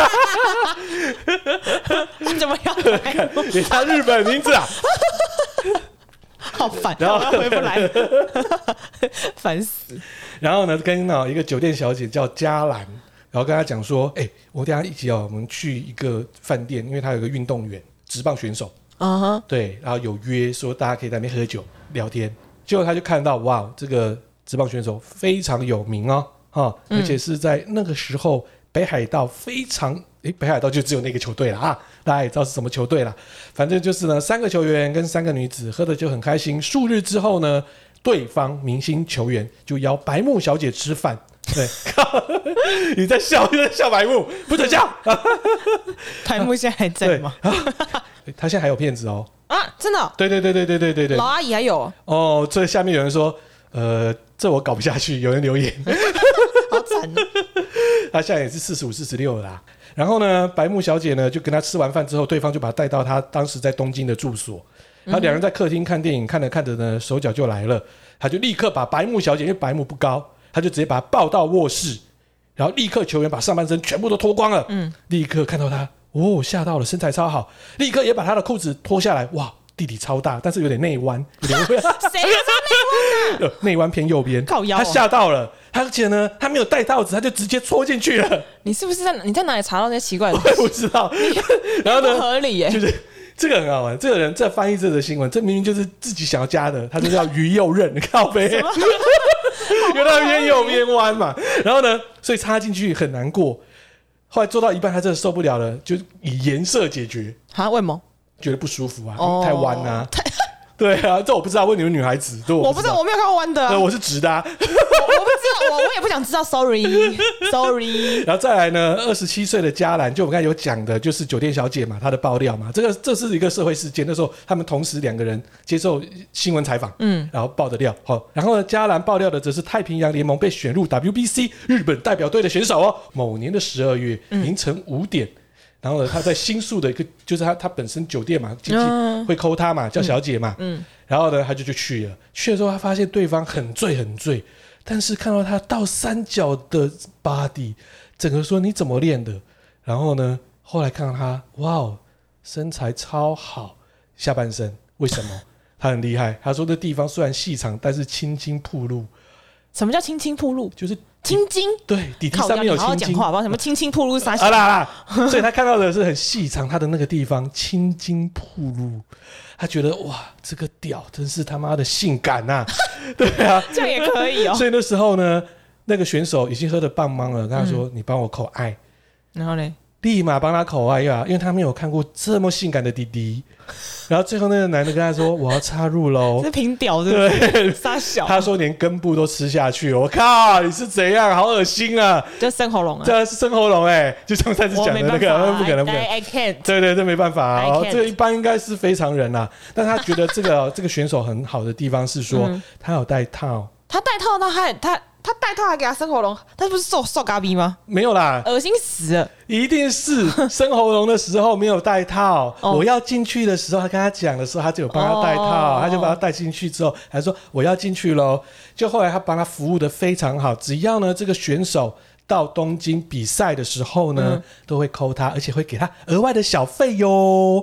怎么样？ 也他日本名字啊？ 好烦，然后回不来，烦死。 然后呢，跟哦一个酒店小姐叫嘉兰。然后跟他讲说，哎、欸，我等一下一起哦，我们去一个饭店，因为他有一个运动员，职棒选手，嗯哼，对，然后有约说大家可以在那边喝酒聊天。结果他就看到，哇，这个职棒选手非常有名哦，哈、嗯，而且是在那个时候北海道非常，哎，北海道就只有那个球队了啊，大家也知道是什么球队啦。反正就是呢，三个球员跟三个女子喝的就很开心。数日之后呢，对方明星球员就邀白木小姐吃饭。对，你在笑，你在笑白木，不准笑。 白木现在还在吗？ 他现在还有骗子哦。 啊，真的、哦？ 对对对对对对对对。 老阿姨还有哦。这下面有人说，呃，这我搞不下去。有人留言， 好惨哦。 他现在也是四十五、四十六了啦。然后呢，白木小姐呢，就跟他吃完饭之后，对方就把他带到他当时在东京的住所。然后两人在客厅看电影，看着看着呢，手脚就来了。他就立刻把白木小姐，因为白木不高。他就直接把他抱到卧室，然后立刻球员把上半身全部都脱光了，嗯，立刻看到他，哦，吓到了，身材超好，立刻也把他的裤子脱下来，哇，弟弟超大，但是有点内弯，有点谁说内弯啊？内弯偏右边， 靠腰、哦， 他吓到了，而且呢，他没有戴套子，他就直接戳进去了。 你是不是在你在哪里查到那些奇怪的东西？ 我也不知道。然后呢， 不合理耶， 就是。这个很好玩，这个人在翻译这则新闻，这明明就是自己想要加的，他就叫于右任，靠背，因为他边右边弯嘛，然后呢，所以插进去很难过。后来做到一半，他真的受不了了，就以颜色解决。 啊？为什么？ 觉得不舒服啊，哦、太弯啊。对啊，这我不知道，问你们女孩子，我不知道， 我不知道，我没有看过弯的、啊， 我是直的、啊我。我不知道，我我也不想知道 ，sorry sorry。 然后再来呢，二十七岁的嘉兰，就我们刚才有讲的，就是酒店小姐嘛，她的爆料嘛，这个这是一个社会事件。那时候他们同时两个人接受新闻采访，嗯，然后爆的料。好，然后呢，嘉兰爆料的则是太平洋联盟被选入 W B C 日本代表队的选手哦，某年的十二月凌晨五点。嗯然后呢，他在新宿的一个，就是他他本身酒店嘛，经纪会call他嘛，叫小姐嘛，嗯，嗯然后呢，他就就去了。去了之后，他发现对方很醉很醉，但是看到他倒三角的 body， 整个说你怎么练的？然后呢，后来看到他，哇哦，身材超好，下半身为什么？他很厉害。他说这地方虽然细长，但是青筋暴露。 什么叫青筋暴露？ 就是青筋， 对，底底上面有青筋。好好讲话好不好？什么青筋暴露啥？ 好啦好啦，所以他看到的是很细长，他的那个地方青筋暴露，他觉得哇，这个屌真是他妈的性感呐、啊！对啊， 这样也可以哦。 所以那时候呢，那个选手已经喝得棒棒了，跟他说：“嗯、你帮我口爱。” 然后呢， 立马帮他口爱呀，因为他没有看过这么性感的弟弟。然后最后那个男的跟他说：“我要插入喽。” 是凭屌是不是？对，傻小。 他说连根部都吃下去，我靠，你是怎样？好恶心啊！ 就生喉咙啊， 这是生喉咙哎、欸，就像上次讲的那个，不可能不可能 ，I can't。 对对，这没办法啊、哦，这个一般应该是非常人啦、啊。但他觉得这个这个选手很好的地方是说，嗯、他有戴套， 他戴套，那他他。他戴套还给他生喉咙，他不是瘦瘦嘎逼吗？ 没有啦， 恶心死了！ 一定是生喉咙的时候没有戴套。哦、我要进去的时候，他跟他讲的时候，他就有帮他戴套，哦、他就把他带进去之后，还说我要进去咯。就后来他帮他服务的非常好，只要呢这个选手到东京比赛的时候呢，嗯、都会 call 他，而且会给他额外的小费哟。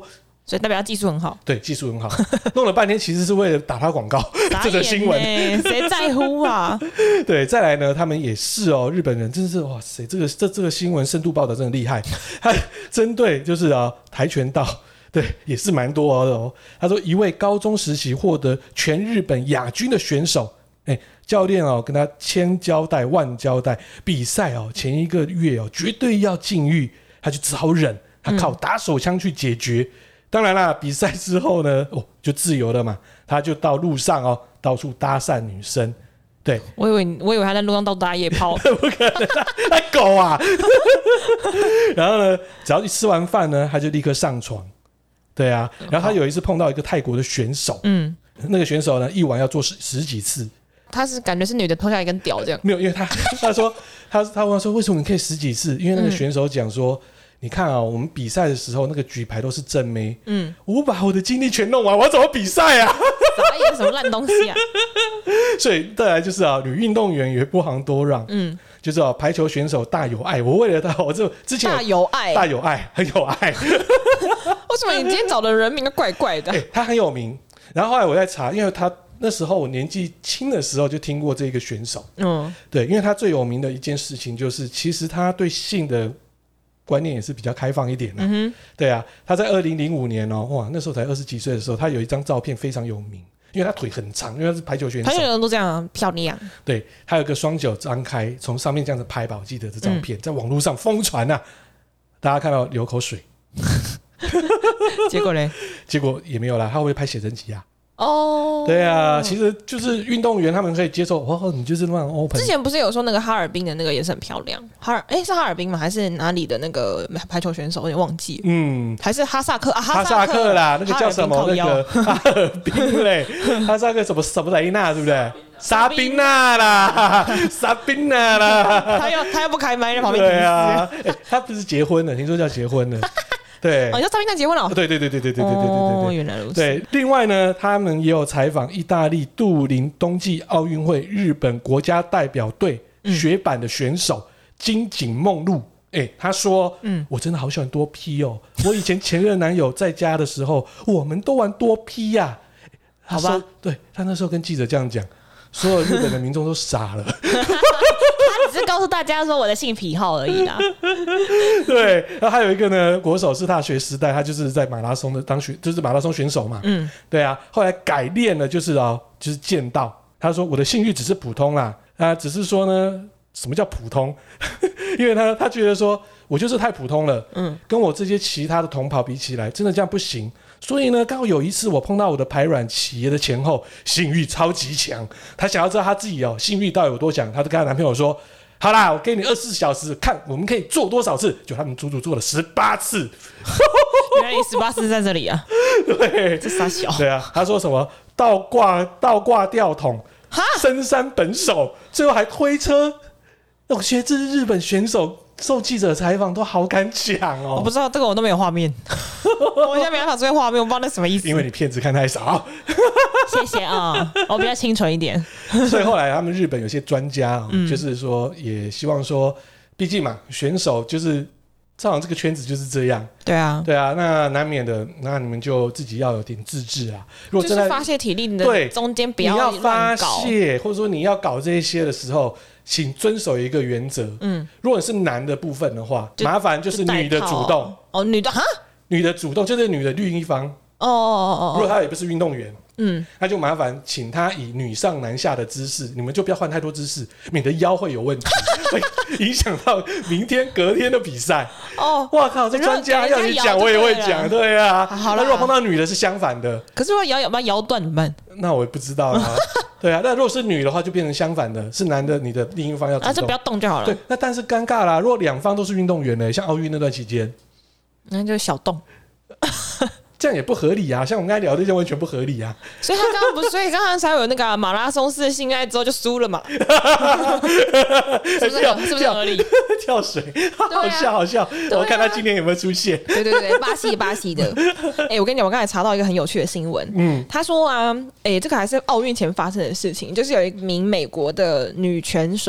所以代表他技术很好。 对，技术很好，弄了半天其实是为了打他广告这个新闻， 谁在乎啊？ 对，再来呢，他们也是哦，日本人真是哇塞，这个这这个新闻深度报道真的厉害，他针对就是啊跆拳道。对，也是蛮多的哦。他说，一位高中时期获得全日本亚军的选手，哎，教练哦跟他千交代万交代，比赛哦前一个月哦绝对要禁欲，他就只好忍，他靠打手枪去解决。嗯、当然啦，比赛之后呢，哦就自由了嘛，他就到路上哦到处搭讪女生。对， 我以为我以为他在路上到打野炮， 不可能，他狗啊！然后呢，只要一吃完饭呢，他就立刻上床。对啊，然后他有一次碰到一个泰国的选手，嗯，那个选手呢，一晚要做十十几次。 他是感觉是女的脱下一根屌这样， 没有，因为他他说他他问他说为什么你可以十几次？因为那个选手讲说，嗯、你看啊，我们比赛的时候那个举牌都是正妹，嗯，我把我的精力全弄完，我要怎么比赛啊？ 傻眼，什么烂东西啊！ 所以再来就是啊，女运动员也不遑多让，嗯。就是哦，排球选手大有爱，我为了他，我这之前大有爱， 大有爱，很有爱。 为什么你今天找的人名怪怪的？ 欸、他很有名，然后后来我在查，因为他那时候我年纪轻的时候就听过这个选手，嗯，对，因为他最有名的一件事情就是，其实他对性的观念也是比较开放一点的，嗯、对啊，他在二零零五年哦，哇，那时候才二十几岁的时候，他有一张照片非常有名。因为他腿很长，因为他是排球选手， 排球人都这样漂亮。 对，他有个双脚张开，从上面这样子拍吧，我记得这照片、嗯、在网络上疯传啊，大家看到流口水。 结果呢？ 结果也没有啦，他会不会拍写真集啊？ 哦， 对啊，其实就是运动员他们可以接受，哦，你就是乱 open。 之前不是有说那个哈尔滨的那个也是很漂亮，哈尔哎是哈尔滨吗？还是哪里的那个排球选手？有点忘记了。嗯，还是哈萨克啊， 哈萨克啦，那个叫什么？那个哈尔滨嘞，哈萨克什么什么雷纳，对不对？沙宾娜啦，沙宾娜啦。 他又他又不开麦在旁边。 对啊，欸、他不是结婚了，听说要结婚了。对， 哦，你说沙宾娜结婚了？ 对对对对对对对对对对。哦， 原来如此。 对，另外呢，他们也有采访意大利杜林冬季奥运会日本国家代表队雪板的选手、嗯、金井梦露。哎，他说：“嗯，我真的好喜欢多批哦。我以前前任男友在家的时候，我们都玩多批呀、啊。好吧，对他那时候跟记者这样讲，所有日本的民众都傻了。” 他只是告诉大家说我的性癖好而已啦。 对，然后还有一个呢，国手是大学时代，他就是在马拉松的当选，就是马拉松选手嘛。嗯，对啊，后来改练了，就是哦，就是剑道。他说我的性欲只是普通啦，啊，只是说呢，什么叫普通？因为他他觉得说我就是太普通了，嗯，跟我这些其他的同袍比起来，真的这样不行。所以呢，刚好有一次我碰到我的排卵期的前后，性欲超级强。她想要知道她自己哦性欲到底有多强，她就跟她男朋友说：“好啦，我给你二十四小时，看我们可以做多少次。”就他们足足做了十八次。 原来你十八次在这里啊？ 对， 这傻小。 对啊，他说什么倒挂倒挂吊桶，深山本手，最后还推车。我觉得这是日本选手。受记者采访都好敢讲哦！ 我不知道这个我都没有画面，我现在没办法出现画面，我不知道那什么意思。 因为你片子看太少。 谢谢啊，我比较清纯一点。 所以后来他们日本有些专家、哦嗯、就是说也希望说，毕竟嘛，选手就是正好这个圈子就是这样。 对啊， 对啊，那难免的，那你们就自己要有点自制啊。如果真的就是发泄体力的中间不要你要发泄，或者说你要搞这些的时候。请遵守一个原则，嗯，如果你是男的部分的话，麻烦就是女的主动哦，女的哈， 女的主动就是女的另一方哦哦哦， 如果她也不是运动员，嗯，那就麻烦请她以女上男下的姿势，你们就不要换太多姿势，免得腰会有问题，会影响到明天隔天的比赛。哦，哇靠，这专家要你讲我也会讲，对啊。好了，如果碰到女的是相反的， 可是如果摇要不要摇断怎么办？ 那我也不知道啊。对啊，那如果是女的话，就变成相反的，是男的，你的另一方要主动， 啊，就不要动就好了。 对，那但是尴尬啦，如果两方都是运动员呢，像奥运那段期间， 那就是小动。 这样也不合理啊！像我们刚才聊的，这完全不合理啊！ 所以他刚刚不是，所以刚刚才有那个、啊、马拉松式性爱之后就输了嘛？是不是？是不是合理？ 跳水，好笑，好笑！啊、我看他今年有没有出现？ 对对对，巴西巴西的。哎、欸，我跟你讲，我刚才查到一个很有趣的新闻。嗯，他说啊，哎、欸，这个还是奥运前发生的事情，就是有一名美国的女拳手，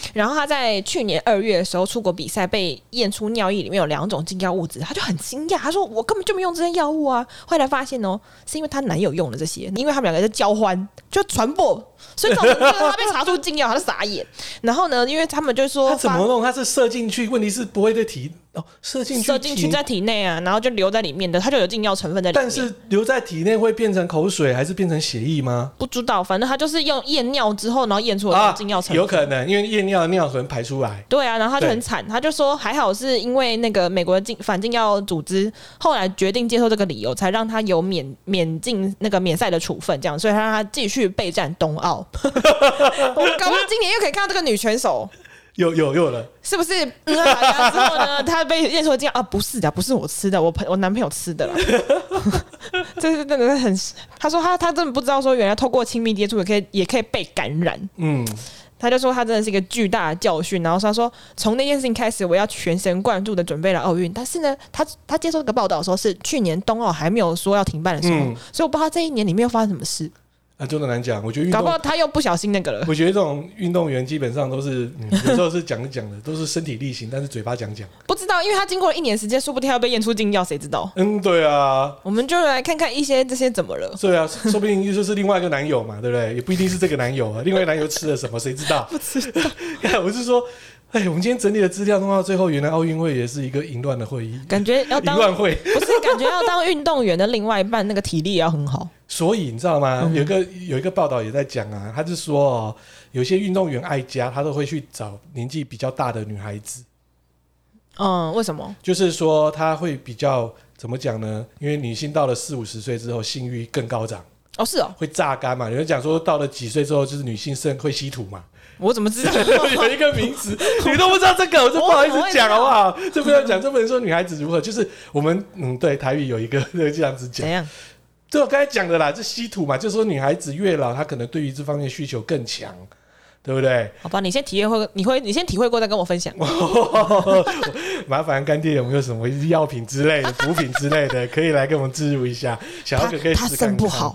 然后他在去年二月的时候出国比赛，被验出尿液里面有两种禁药物质，他就很惊讶，他说我根本就没用这些药物啊。后来发现哦，是因为她男友用了这些，因为他们两个在交欢就传播，所以造成他被查出禁药，他就傻眼。然后呢，因为他们就说他怎么弄？他是射进去，问题是不会在体哦，射进去射进去在体内啊，然后就留在里面的，它就有禁药成分在里面。 但是留在体内会变成口水，还是变成血液吗？ 不知道，反正他就是用验尿之后，然后验出了禁药成分、啊。 有可能，因为验尿的尿可能排出来。 对啊，然后他就很惨，他就说还好是因为那个美国的反禁药组织后来决定接受这个理由，才让他有免免进那个免赛的处分，这样，所以他让他继续备战冬奥。我们搞不好今年又可以看到这个女选手。 有有有了， 是不是？嗯，打之后呢，他被验出禁药啊，不是的，不是我吃的，我朋我男朋友吃的啦。这是真的很，他说他他真的不知道说，原来透过亲密接触也可以也可以被感染。嗯，他就说他真的是一个巨大的教训，然后他说从那件事情开始，我要全神贯注的准备了奥运。但是呢，他他接受这个报道的时候是去年冬奥还没有说要停办的时候，嗯、所以我不知道这一年里面又发生什么事。 啊，真的难讲。我觉得运动， 搞不好他又不小心那个了。 我觉得这种运动员基本上都是，嗯、有时候是讲讲的，都是身体力行，但是嘴巴讲讲。 不知道，因为他经过了一年时间，说不定要被验出禁药，谁知道？ 嗯，对啊。 我们就来看看一些这些怎么了。 对啊，说不定就是另外一个男友嘛，对不对？也不一定是这个男友啊，另外一个男友吃了什么，谁知道？ 不知道。 我是说。哎，我们今天整理的资料弄到最后，原来奥运会也是一个淫乱的会议， 感觉要当淫乱会， 不是感觉要当运动员的另外一半，那个体力也要很好。 所以你知道吗？嗯、有一个有一个报道也在讲啊，他是说哦，有些运动员爱家，他都会去找年纪比较大的女孩子。 嗯，为什么？ 就是说他会比较怎么讲呢？因为女性到了四五十岁之后，性欲更高涨。 哦，是哦， 会榨干嘛？有人讲说到了几岁之后，就是女性肾会稀土嘛。 我怎么知道？ 有一个名词，你都不知道这个，我就不好意思讲好不好？这不要讲，这不能说女孩子如何，就是我们嗯，对台语有一个这样子讲。 怎样？ 对我刚才讲的啦，这稀土嘛，就是说女孩子越老，她可能对于这方面需求更强。对不对？ 好吧，你先体会，你会，你先体会过再跟我分享。 麻烦干爹有没有什么药品之类的、补品之类的，可以来跟我们置入一下。小豪哥可以试看看。他肾不好，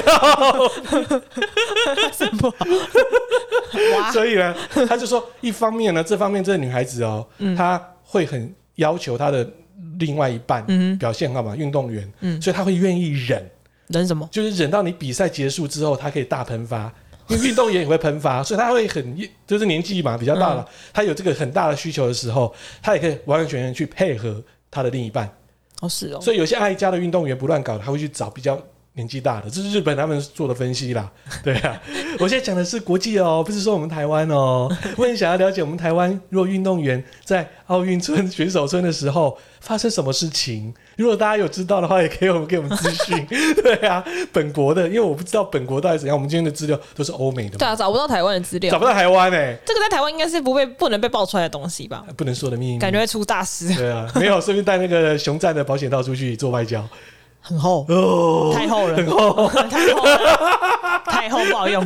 他肾不好。 所以呢，他就说，一方面呢，这方面这个女孩子哦，嗯、她会很要求她的另外一半表现好嘛，运动员，嗯、所以她会愿意忍。 忍什么？ 就是忍到你比赛结束之后，她可以大喷发。因为运动员也会喷发，所以他会很就是年纪嘛比较大了，嗯、他有这个很大的需求的时候，他也可以完完全全去配合他的另一半。 哦，是哦。 所以有些爱家的运动员不乱搞，他会去找比较年纪大的，这是日本他们做的分析啦。对啊，我现在讲的是国际哦，不是说我们台湾哦。我很想要了解我们台湾，如果运动员在奥运村、选手村的时候发生什么事情，如果大家有知道的话，也可以我们给我们资讯。对啊，本国的，因为我不知道本国到底怎样，我们今天的资料都是欧美的嘛。 对啊，找不到台湾的资料， 找不到台湾哎、欸， 这个在台湾应该是不被不能被爆出来的东西吧？ 不能说的秘密， 感觉会出大事。 对啊，没有，顺便带那个熊战的保险套出去做外交。 很厚哦， 太厚了， 很厚， 太厚了，太厚不好用，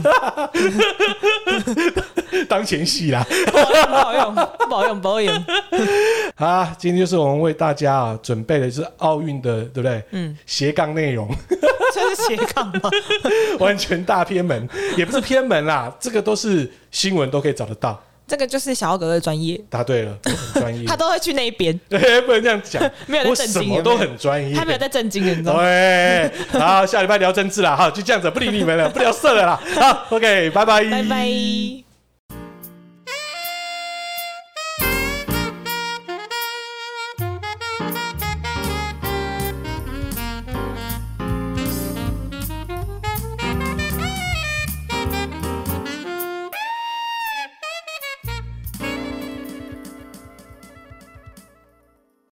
当前戏啦， 不好用，不好用，不好用。 好，今天就是我们为大家啊准备的是奥运的，对不对？嗯，斜杠内容， 这是斜杠吗？ 完全大偏门，也不是偏门啦，这个都是新闻都可以找得到。 这个就是小豪哥的专业， 答对了，很专业。 他都会去那一边， 对，不能这样讲， 没有在震惊， 我什么都很专业， 他没有在震惊，你知道吗？ 对，好，下礼拜聊政治啦，好，就这样子，不理你们了，不聊色了啦，好 ，OK， 拜拜， 拜拜。